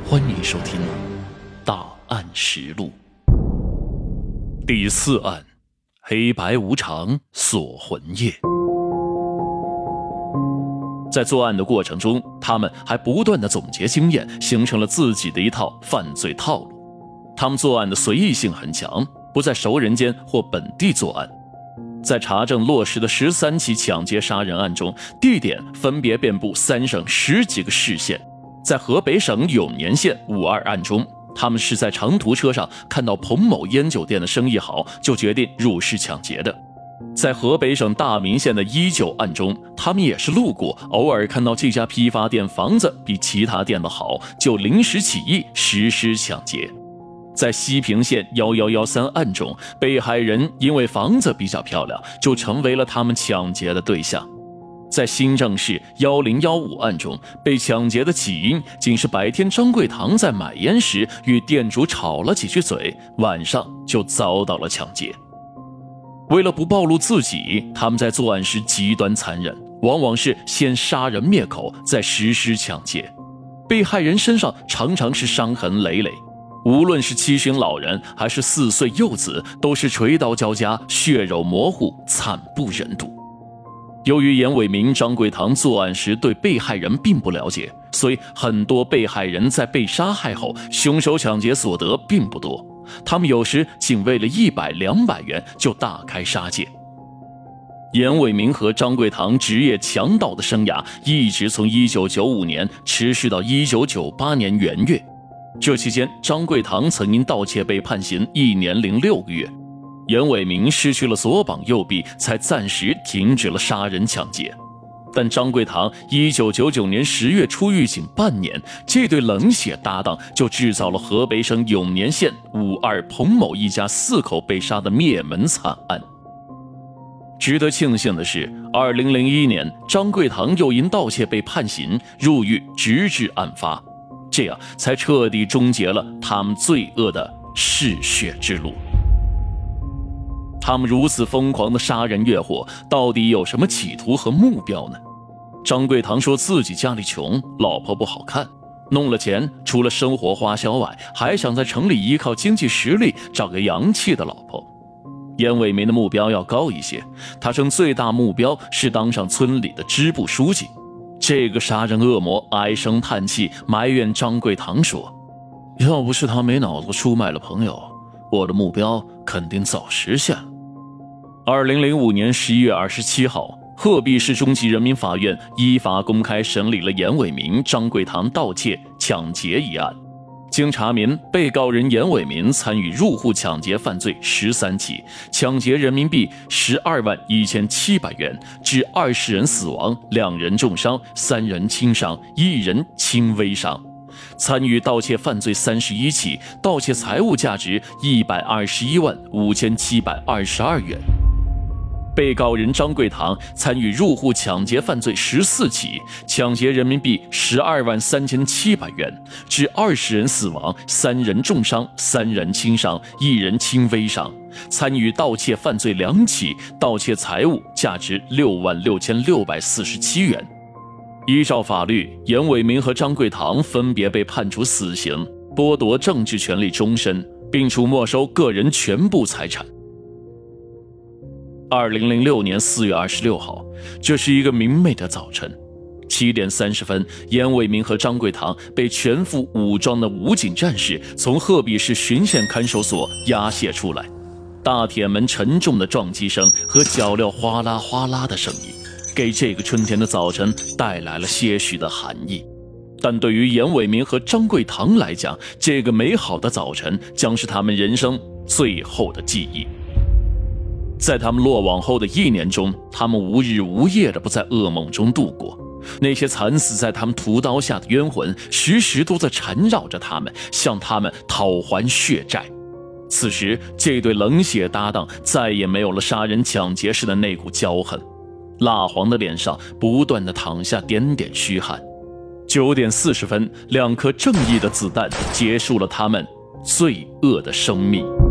欢迎收听《大案实录》第4案：黑白无常锁魂夜。在作案的过程中，他们还不断地总结经验，形成了自己的一套犯罪套路。他们作案的随意性很强，不在熟人间或本地作案。在查证落实的13起抢劫杀人案中，地点分别遍布3省10几个市县。在河北省永年县52案中，他们是在长途车上看到彭某烟酒店的生意好，就决定入室抢劫的。在河北省大名县的19案中，他们也是路过，偶尔看到这家批发店房子比其他店的好，就临时起意实施抢劫。在西平县1113案中，被害人因为房子比较漂亮，就成为了他们抢劫的对象。在新郑市1015案中，被抢劫的起因仅是白天张贵堂在买烟时与店主吵了几句嘴，晚上就遭到了抢劫。为了不暴露自己，他们在作案时极端残忍，往往是先杀人灭口，再实施抢劫。被害人身上常常是伤痕累累，无论是70旬老人还是4岁幼子，都是锤刀交加，血肉模糊，惨不忍睹。由于严伟民、张贵堂作案时对被害人并不了解，所以很多被害人在被杀害后，凶手抢劫所得并不多，他们有时仅为了100、200元就大开杀戒。严伟民和张贵堂职业强盗的生涯一直从1995年持续到1998年元月，这期间张贵堂曾因盗窃被判刑1年0.6个月。严伟民失去了左膀右臂，才暂时停止了杀人抢劫。但张贵堂1999年10月出狱仅半年，这对冷血搭档就制造了河北省永年县52彭某一家4口被杀的灭门惨案。值得庆幸的是，2001年张贵堂又因盗窃被判刑入狱，直至案发，这样才彻底终结了他们罪恶的嗜血之路。他们如此疯狂的杀人越货，到底有什么企图和目标呢？张贵堂说自己家里穷，老婆不好看，弄了钱除了生活花销外，还想在城里依靠经济实力找个洋气的老婆。严伟民的目标要高一些，他称最大目标是当上村里的支部书记。这个杀人恶魔唉声叹气，埋怨张贵堂说，要不是他没脑子出卖了朋友，我的目标肯定早实现了。2005年11月27号，鹤壁市中级人民法院依法公开审理了严伟民、张贵堂盗窃、抢劫一案。经查明，被告人严伟民参与入户抢劫犯罪13起，抢劫人民币12万1700元，致20人死亡，2人重伤，3人轻伤，1人轻微伤。参与盗窃犯罪31起，盗窃财物价值121万5722元。被告人张贵堂参与入户抢劫犯罪14起，抢劫人民币12万3700元，致20人死亡，3人重伤，3人轻伤，1人轻微伤。参与盗窃犯罪2起，盗窃财物价值6万6647元。依照法律，严伟民和张贵堂分别被判处死刑，剥夺政治权利终身，并处没收个人全部财产。2006年4月26号，这是一个明媚的早晨，7点30分，严伟民和张贵堂被全副武装的武警战士从鹤壁市巡县看守所押解出来。大铁门沉重的撞击声和脚镣哗啦哗啦的声音，给这个春天的早晨带来了些许的寒意。但对于严伟民和张贵堂来讲，这个美好的早晨将是他们人生最后的记忆。在他们落网后的1年中，他们无日无夜的不在噩梦中度过。那些惨死在他们屠刀下的冤魂，时时都在缠绕着他们，向他们讨还血债。此时，这对冷血搭档再也没有了杀人抢劫时的那股骄横，蜡黄的脸上不断的淌下点点虚汗。9点40分，2颗正义的子弹结束了他们罪恶的生命。